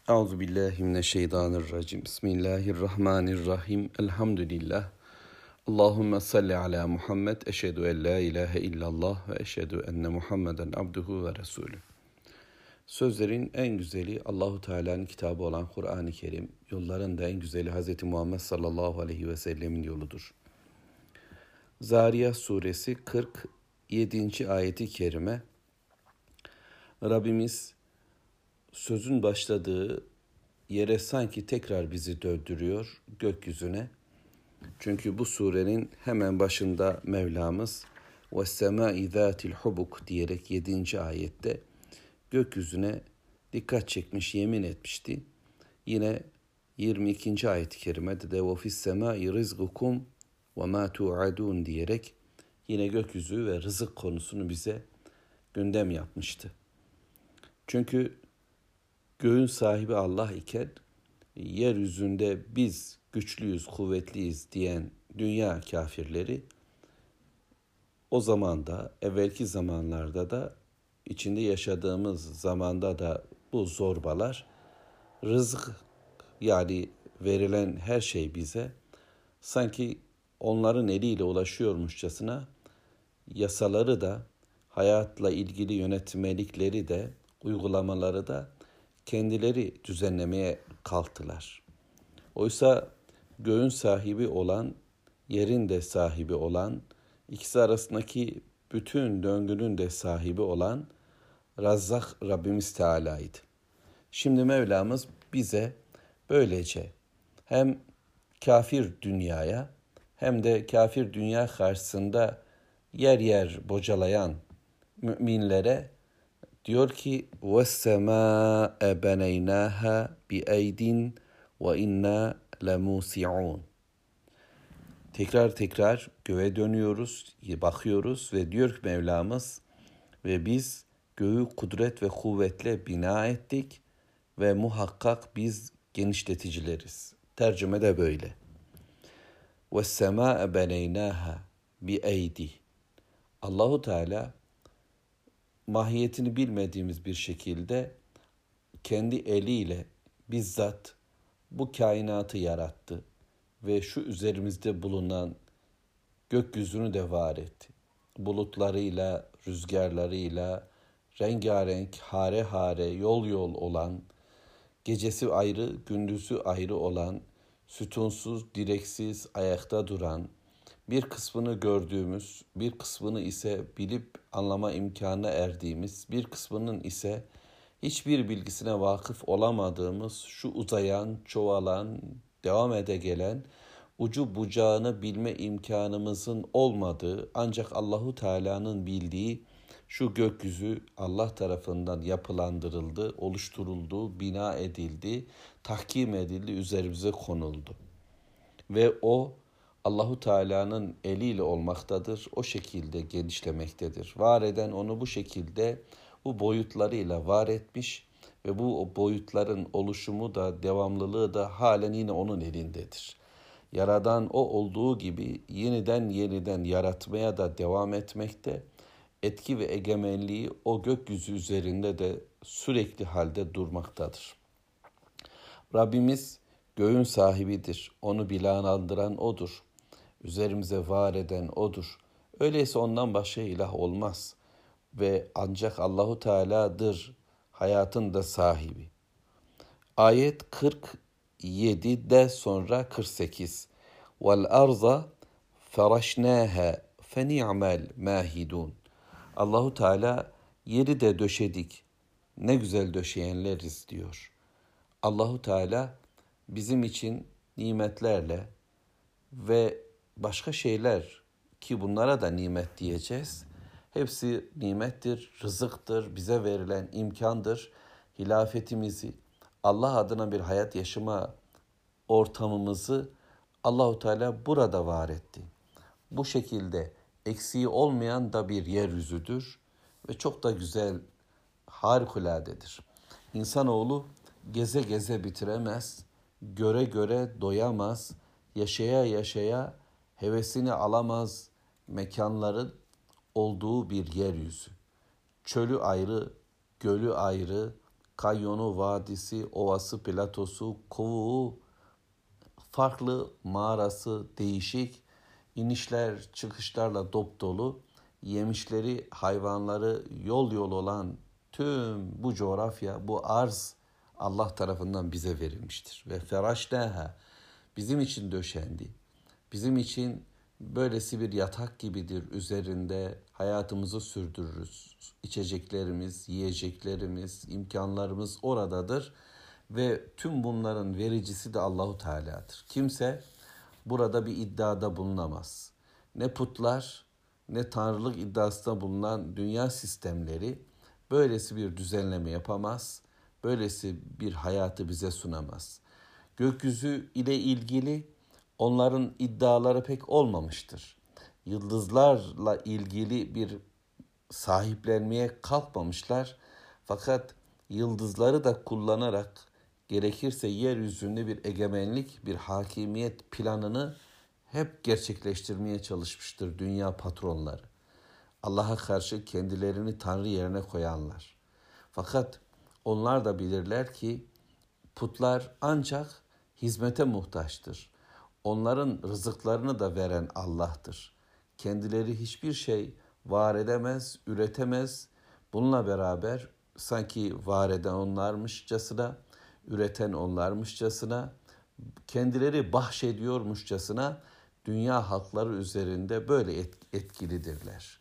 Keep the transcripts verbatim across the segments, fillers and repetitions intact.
Euzu billahi mineşşeytanirracim. Bismillahirrahmanirrahim. Elhamdülillah. Allahumme salli ala Muhammed. Eşhedü en la ilahe illallah ve eşhedü enne Muhammeden abduhu ve resulü. Sözlerin en güzeli Allahu Teala'nın kitabı olan Kur'an-ı Kerim. Yolların da en güzeli Hz. Muhammed sallallahu aleyhi ve sellemin yoludur. Zariyat suresi kırk yedinci ayeti kerime. Rabbimiz sözün başladığı yere sanki tekrar bizi döndürüyor gökyüzüne. Çünkü bu surenin hemen başında Mevlamız وَالسَّمَاءِ ذَاتِ الْحُبُكِ diyerek yedinci ayette gökyüzüne dikkat çekmiş, yemin etmişti. Yine yirmi ikinci ayet-i kerimede de وَفِي السَّمَاءِ رِزْقُكُمْ وَمَا تُوعَدُونَ diyerek yine gökyüzü ve rızık konusunu bize gündem yapmıştı. Çünkü göğün sahibi Allah iken yeryüzünde biz güçlüyüz, kuvvetliyiz diyen dünya kafirleri o zamanda, evvelki zamanlarda da içinde yaşadığımız zamanda da bu zorbalar rızık yani verilen her şey bize sanki onların eliyle ulaşıyormuşçasına yasaları da hayatla ilgili yönetmelikleri de uygulamaları da kendileri düzenlemeye kalktılar. Oysa göğün sahibi olan, yerin de sahibi olan, ikisi arasındaki bütün döngünün de sahibi olan Razzak Rabbimiz Teala'ydı. Şimdi Mevlamız bize böylece hem kafir dünyaya hem de kafir dünya karşısında yer yer bocalayan müminlere diyor ki وَالسَّمَاءَ بَنَيْنَاهَا بِأَيْدٍ وَاِنَّا لَمُوسِعُونَ. Tekrar tekrar göğe dönüyoruz, bakıyoruz ve diyor ki Mevlamız ve biz göğü kudret ve kuvvetle bina ettik ve muhakkak biz genişleticileriz. Tercüme de böyle. وَالسَّمَاءَ بَنَيْنَاهَا بِأَيْدٍ. Allahu Teala mahiyetini bilmediğimiz bir şekilde kendi eliyle bizzat bu kainatı yarattı ve şu üzerimizde bulunan gökyüzünü de var etti. Bulutlarıyla, rüzgarlarıyla, rengarenk, hare hare, yol yol olan, gecesi ayrı, gündüzü ayrı olan, sütunsuz, direksiz, ayakta duran, bir kısmını gördüğümüz, bir kısmını ise bilip anlama imkanına erdiğimiz, bir kısmının ise hiçbir bilgisine vakıf olamadığımız şu uzayan, çoğalan, devam ede gelen, ucu bucağını bilme imkanımızın olmadığı ancak Allahu Teala'nın bildiği şu gökyüzü Allah tarafından yapılandırıldı, oluşturuldu, bina edildi, tahkim edildi, üzerimize konuldu. Ve o Allahu Teala'nın eliyle olmaktadır, o şekilde genişlemektedir. Var eden onu bu şekilde bu boyutlarıyla var etmiş ve bu boyutların oluşumu da devamlılığı da halen yine onun elindedir. Yaradan o olduğu gibi yeniden yeniden yaratmaya da devam etmekte, etki ve egemenliği o gökyüzü üzerinde de sürekli halde durmaktadır. Rabbimiz göğün sahibidir, onu bilanlandıran O'dur. Üzerimize var eden O'dur. Öyleyse ondan başka ilah olmaz ve ancak Allahu Teala'dır hayatın da sahibi. Ayet kırk yedide sonra kırk sekiz. Vel arza feraşnâhe feni'mel mahidun. Allahu Teala yeri de döşedik. Ne güzel döşeyenleriz diyor. Allahu Teala bizim için nimetlerle ve başka şeyler ki bunlara da nimet diyeceğiz. Hepsi nimettir, rızıktır, bize verilen imkandır. Hilafetimizi, Allah adına bir hayat yaşama ortamımızı Allahu Teala burada var etti. Bu şekilde eksiği olmayan da bir yeryüzüdür ve çok da güzel, harikuladedir. İnsanoğlu geze geze bitiremez, göre göre doyamaz, yaşaya yaşaya hevesini alamaz mekanların olduğu bir yeryüzü. Çölü ayrı, gölü ayrı, kanyonu, vadisi, ovası, platosu, kovuğu, farklı mağarası, değişik, inişler, çıkışlarla dop dolu, yemişleri, hayvanları yol yol olan tüm bu coğrafya, bu arz Allah tarafından bize verilmiştir. Ve feraşnaha, bizim için döşendi. Bizim için böylesi bir yatak gibidir. Üzerinde hayatımızı sürdürürüz. İçeceklerimiz, yiyeceklerimiz, imkanlarımız oradadır. Ve tüm bunların vericisi de Allahu Teala'dır. Kimse burada bir iddiada bulunamaz. Ne putlar, ne tanrılık iddiasında bulunan dünya sistemleri böylesi bir düzenleme yapamaz. Böylesi bir hayatı bize sunamaz. Gökyüzü ile ilgili onların iddiaları pek olmamıştır. Yıldızlarla ilgili bir sahiplenmeye kalkmamışlar. Fakat yıldızları da kullanarak gerekirse yeryüzünde bir egemenlik, bir hakimiyet planını hep gerçekleştirmeye çalışmıştır dünya patronları. Allah'a karşı kendilerini Tanrı yerine koyanlar. Fakat onlar da bilirler ki putlar ancak hizmete muhtaçtır. Onların rızıklarını da veren Allah'tır. Kendileri hiçbir şey var edemez, üretemez. Bununla beraber sanki var eden onlarmışçasına, üreten onlarmışçasına, kendileri bahşediyormuşçasına dünya halkları üzerinde böyle etkilidirler.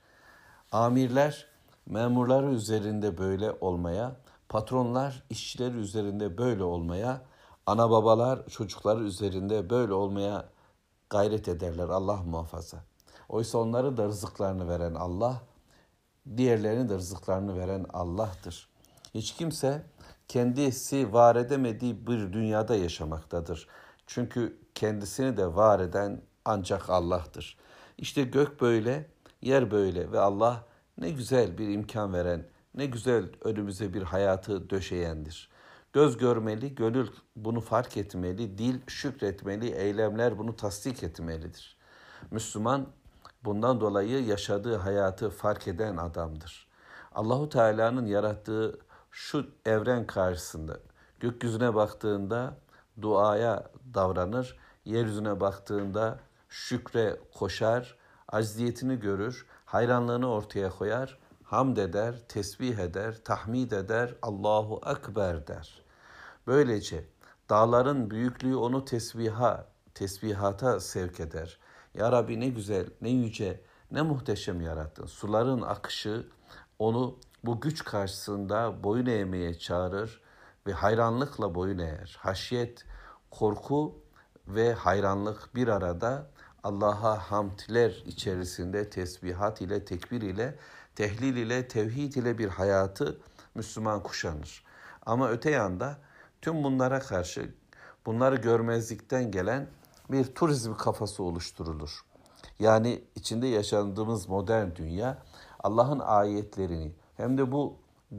Amirler memurları üzerinde böyle olmaya, patronlar işçileri üzerinde böyle olmaya, ana babalar çocukları üzerinde böyle olmaya gayret ederler, Allah muhafaza. Oysa onları da rızıklarını veren Allah, diğerlerinin de rızıklarını veren Allah'tır. Hiç kimse kendisi var edemediği bir dünyada yaşamaktadır. Çünkü kendisini de var eden ancak Allah'tır. İşte gök böyle, yer böyle ve Allah ne güzel bir imkan veren, ne güzel önümüze bir hayatı döşeyendir. Göz görmeli, gönül bunu fark etmeli, dil şükretmeli, eylemler bunu tasdik etmelidir. Müslüman bundan dolayı yaşadığı hayatı fark eden adamdır. Allahu Teala'nın yarattığı şu evren karşısında gökyüzüne baktığında duaya davranır, yeryüzüne baktığında şükre koşar, acziyetini görür, hayranlığını ortaya koyar, hamd eder, tesbih eder, tahmid eder, Allahu Ekber der. Böylece dağların büyüklüğü onu tesbiha, tesbihata sevk eder. Ya Rabbi ne güzel, ne yüce, ne muhteşem yarattın. Suların akışı onu bu güç karşısında boyun eğmeye çağırır ve hayranlıkla boyun eğer. Haşyet, korku ve hayranlık bir arada Allah'a hamdler içerisinde tesbihat ile, tekbir ile, tehlil ile, tevhid ile bir hayatı Müslüman kuşanır. Ama öte yanda tüm bunlara karşı bunları görmezlikten gelen bir turizm kafası oluşturulur. Yani içinde yaşadığımız modern dünya Allah'ın ayetlerini hem de bu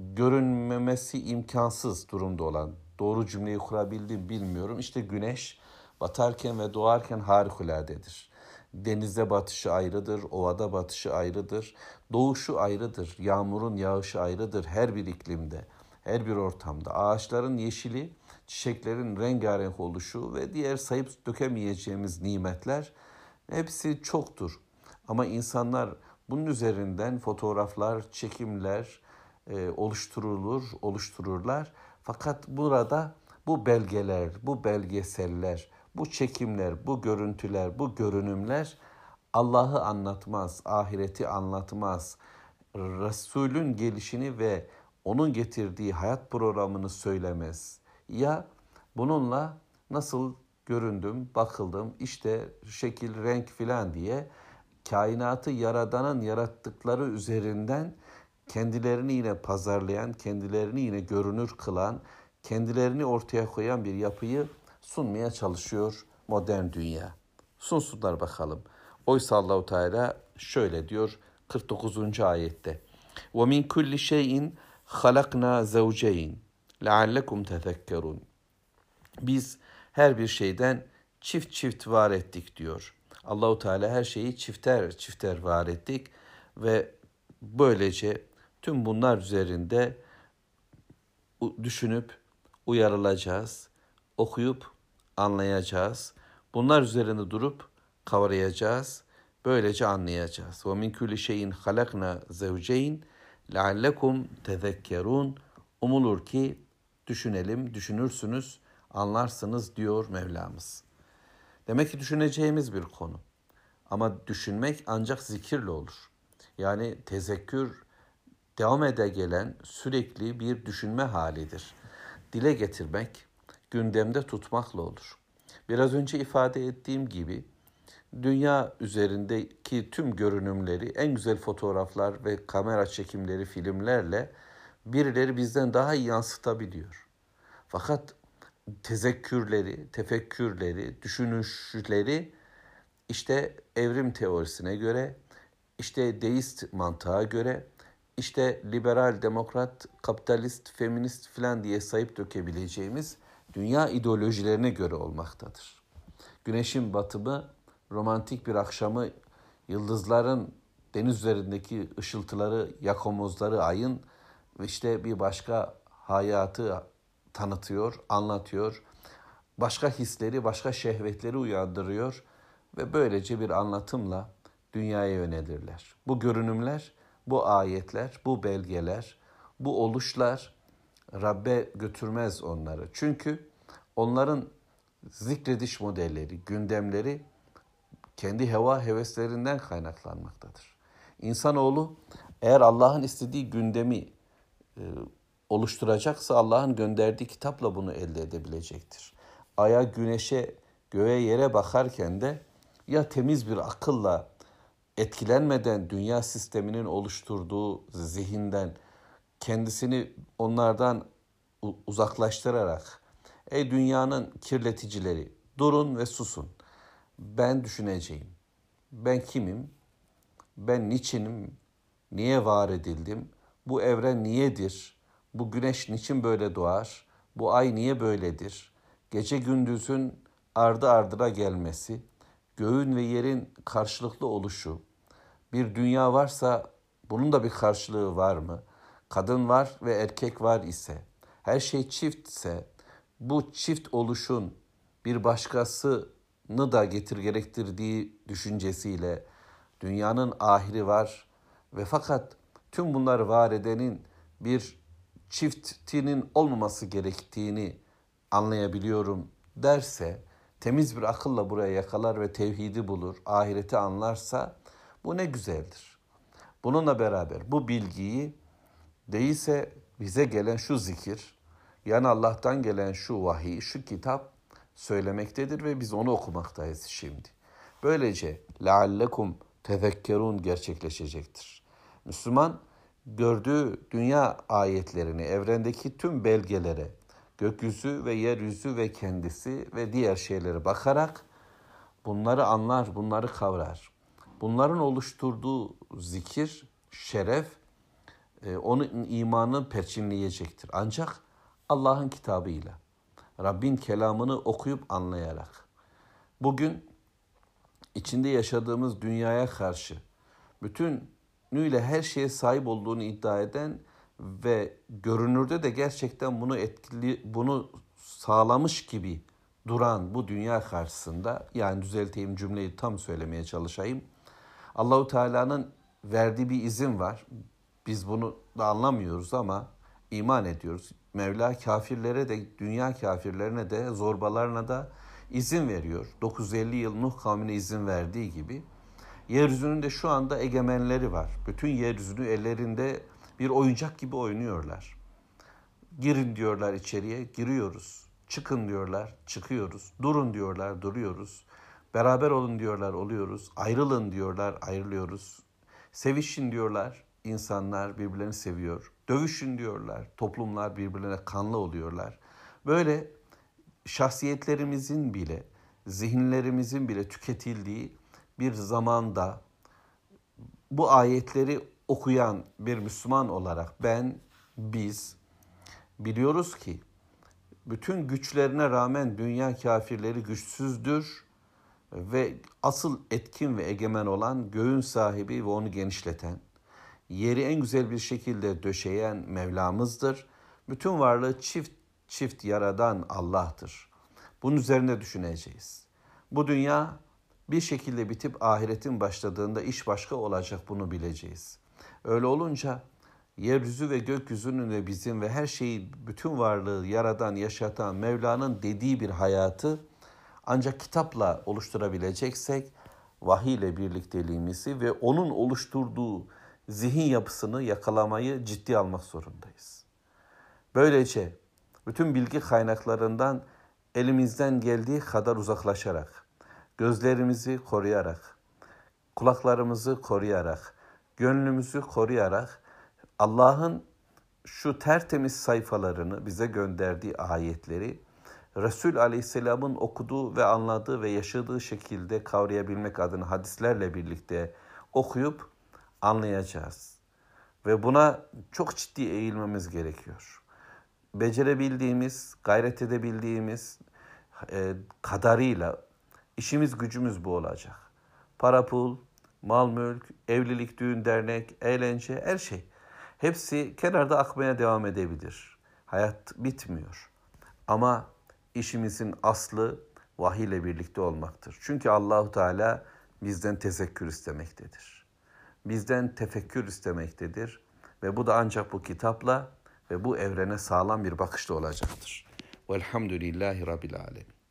görünmemesi imkansız durumda olan, doğru cümleyi kurabildim bilmiyorum. İşte güneş batarken ve doğarken harikuladedir. Denizde batışı ayrıdır, ovada batışı ayrıdır, doğuşu ayrıdır, yağmurun yağışı ayrıdır her bir iklimde, her bir ortamda. Ağaçların yeşili, çiçeklerin rengarenk oluşu ve diğer sayıp dökemeyeceğimiz nimetler hepsi çoktur. Ama insanlar bunun üzerinden fotoğraflar, çekimler e, oluşturulur, oluştururlar. Fakat burada bu belgeler, bu belgeseller, bu çekimler, bu görüntüler, bu görünümler Allah'ı anlatmaz, ahireti anlatmaz. Resulün gelişini ve onun getirdiği hayat programını söylemez. Ya bununla nasıl göründüm, bakıldım, işte şekil, renk filan diye kainatı yaradanın yarattıkları üzerinden kendilerini yine pazarlayan, kendilerini yine görünür kılan, kendilerini ortaya koyan bir yapıyı sunmaya çalışıyor modern dünya. Sunsunlar bakalım. Oysa Allahu Teala şöyle diyor kırk dokuzuncu ayette. Ve min kulli şeyin halakna zevceyn leallekum tezekkerun. Biz her bir şeyden çift çift var ettik diyor. Allahu Teala her şeyi çifter çifter var ettik ve böylece tüm bunlar üzerinde düşünüp uyarılacağız, okuyup anlayacağız. Bunlar üzerinde durup kavrayacağız. Böylece anlayacağız. وَمِنْ كُلِّ شَيْءٍ خَلَقْنَا زَوْجَيْنِ لَعَلَّكُمْ تَذَكَّرُونَ Umulur ki düşünelim, düşünürsünüz, anlarsınız diyor Mevlamız. Demek ki düşüneceğimiz bir konu. Ama düşünmek ancak zikirle olur. Yani tezekkür devam ede gelen sürekli bir düşünme halidir. Dile getirmek, gündemde tutmakla olur. Biraz önce ifade ettiğim gibi dünya üzerindeki tüm görünümleri, en güzel fotoğraflar ve kamera çekimleri, filmlerle birileri bizden daha iyi yansıtabiliyor. Fakat tezekkürleri, tefekkürleri, düşünüşleri işte evrim teorisine göre, işte deist mantığa göre, işte liberal, demokrat, kapitalist, feminist filan diye sayıp dökebileceğimiz dünya ideolojilerine göre olmaktadır. Güneşin batımı, romantik bir akşamı, yıldızların deniz üzerindeki ışıltıları, yakomozları, ayın işte bir başka hayatı tanıtıyor, anlatıyor. Başka hisleri, başka şehvetleri uyandırıyor ve böylece bir anlatımla dünyaya yönelirler. Bu görünümler, bu ayetler, bu belgeler, bu oluşlar Rabbe götürmez onları. Çünkü onların zikrediş modelleri, gündemleri kendi heva heveslerinden kaynaklanmaktadır. İnsanoğlu eğer Allah'ın istediği gündemi e, oluşturacaksa Allah'ın gönderdiği kitapla bunu elde edebilecektir. Aya, güneşe, göğe, yere bakarken de ya temiz bir akılla etkilenmeden dünya sisteminin oluşturduğu zihinden kendisini onlardan uzaklaştırarak ey dünyanın kirleticileri durun ve susun. Ben düşüneceğim. Ben kimim? Ben niçinim? Niye var edildim? Bu evren niyedir? Bu güneş niçin böyle doğar? Bu ay niye böyledir? Gece gündüzün ardı ardına gelmesi, göğün ve yerin karşılıklı oluşu, bir dünya varsa bunun da bir karşılığı var mı? Kadın var ve erkek var ise, her şey çiftse, bu çift oluşun bir başkasını da getir gerektirdiği düşüncesiyle dünyanın ahiri var ve fakat tüm bunları var edenin bir çiftinin olmaması gerektiğini anlayabiliyorum derse, temiz bir akılla buraya yakalar ve tevhidi bulur, ahireti anlarsa bu ne güzeldir. Bununla beraber bu bilgiyi değilse bize gelen şu zikir, yani Allah'tan gelen şu vahiy, şu kitap söylemektedir ve biz onu okumaktayız şimdi. Böylece leallekum tezekkerun gerçekleşecektir. Müslüman gördüğü dünya ayetlerini, evrendeki tüm belgelere, gökyüzü ve yeryüzü ve kendisi ve diğer şeylere bakarak bunları anlar, bunları kavrar. Bunların oluşturduğu zikir, şeref, onun imanını perçinleyecektir. Ancak Allah'ın kitabıyla, Rabbin kelamını okuyup anlayarak. Bugün içinde yaşadığımız dünyaya karşı bütünüyle her şeye sahip olduğunu iddia eden ve görünürde de gerçekten bunu etkili, bunu sağlamış gibi duran bu dünya karşısında, yani düzelteyim cümleyi tam söylemeye çalışayım. Allahu Teala'nın verdiği bir izin var. Biz bunu da anlamıyoruz ama iman ediyoruz. Mevla kafirlere de, dünya kafirlerine de, zorbalarına da izin veriyor. dokuz yüz elli yıl Nuh kavmine izin verdiği gibi. Yeryüzünün de şu anda egemenleri var. Bütün yeryüzünü ellerinde bir oyuncak gibi oynuyorlar. Girin diyorlar içeriye, giriyoruz. Çıkın diyorlar, çıkıyoruz. Durun diyorlar, duruyoruz. Beraber olun diyorlar, oluyoruz. Ayrılın diyorlar, ayrılıyoruz. Sevişin diyorlar, insanlar birbirlerini seviyor. Dövüşün diyorlar, toplumlar birbirlerine kanlı oluyorlar. Böyle şahsiyetlerimizin bile, zihinlerimizin bile tüketildiği bir zamanda bu ayetleri okuyan bir Müslüman olarak ben, biz biliyoruz ki bütün güçlerine rağmen dünya kafirleri güçsüzdür ve asıl etkin ve egemen olan göğün sahibi ve onu genişleten, yeri en güzel bir şekilde döşeyen Mevlamızdır. Bütün varlığı çift çift yaradan Allah'tır. Bunun üzerine düşüneceğiz. Bu dünya bir şekilde bitip ahiretin başladığında iş başka olacak, bunu bileceğiz. Öyle olunca yeryüzü ve gökyüzünün ve bizim ve her şeyi, bütün varlığı yaradan, yaşatan Mevla'nın dediği bir hayatı ancak kitapla oluşturabileceksek, vahiy ile birlikteliğimizi ve onun oluşturduğu zihin yapısını yakalamayı ciddi almak zorundayız. Böylece bütün bilgi kaynaklarından elimizden geldiği kadar uzaklaşarak, gözlerimizi koruyarak, kulaklarımızı koruyarak, gönlümüzü koruyarak Allah'ın şu tertemiz sayfalarını, bize gönderdiği ayetleri Resul Aleyhisselam'ın okuduğu ve anladığı ve yaşadığı şekilde kavrayabilmek adına hadislerle birlikte okuyup anlayacağız. Ve buna çok ciddi eğilmemiz gerekiyor. Becerebildiğimiz, gayret edebildiğimiz e, kadarıyla işimiz gücümüz bu olacak. Para pul, mal mülk, evlilik, düğün, dernek, eğlence, her şey. Hepsi kenarda akmaya devam edebilir. Hayat bitmiyor. Ama işimizin aslı vahiy ile birlikte olmaktır. Çünkü Allahu Teala bizden tezekkür istemektedir. Bizden tefekkür istemektedir. Ve bu da ancak bu kitapla ve bu evrene sağlam bir bakışla olacaktır. Velhamdülillahi Rabbil Alemin.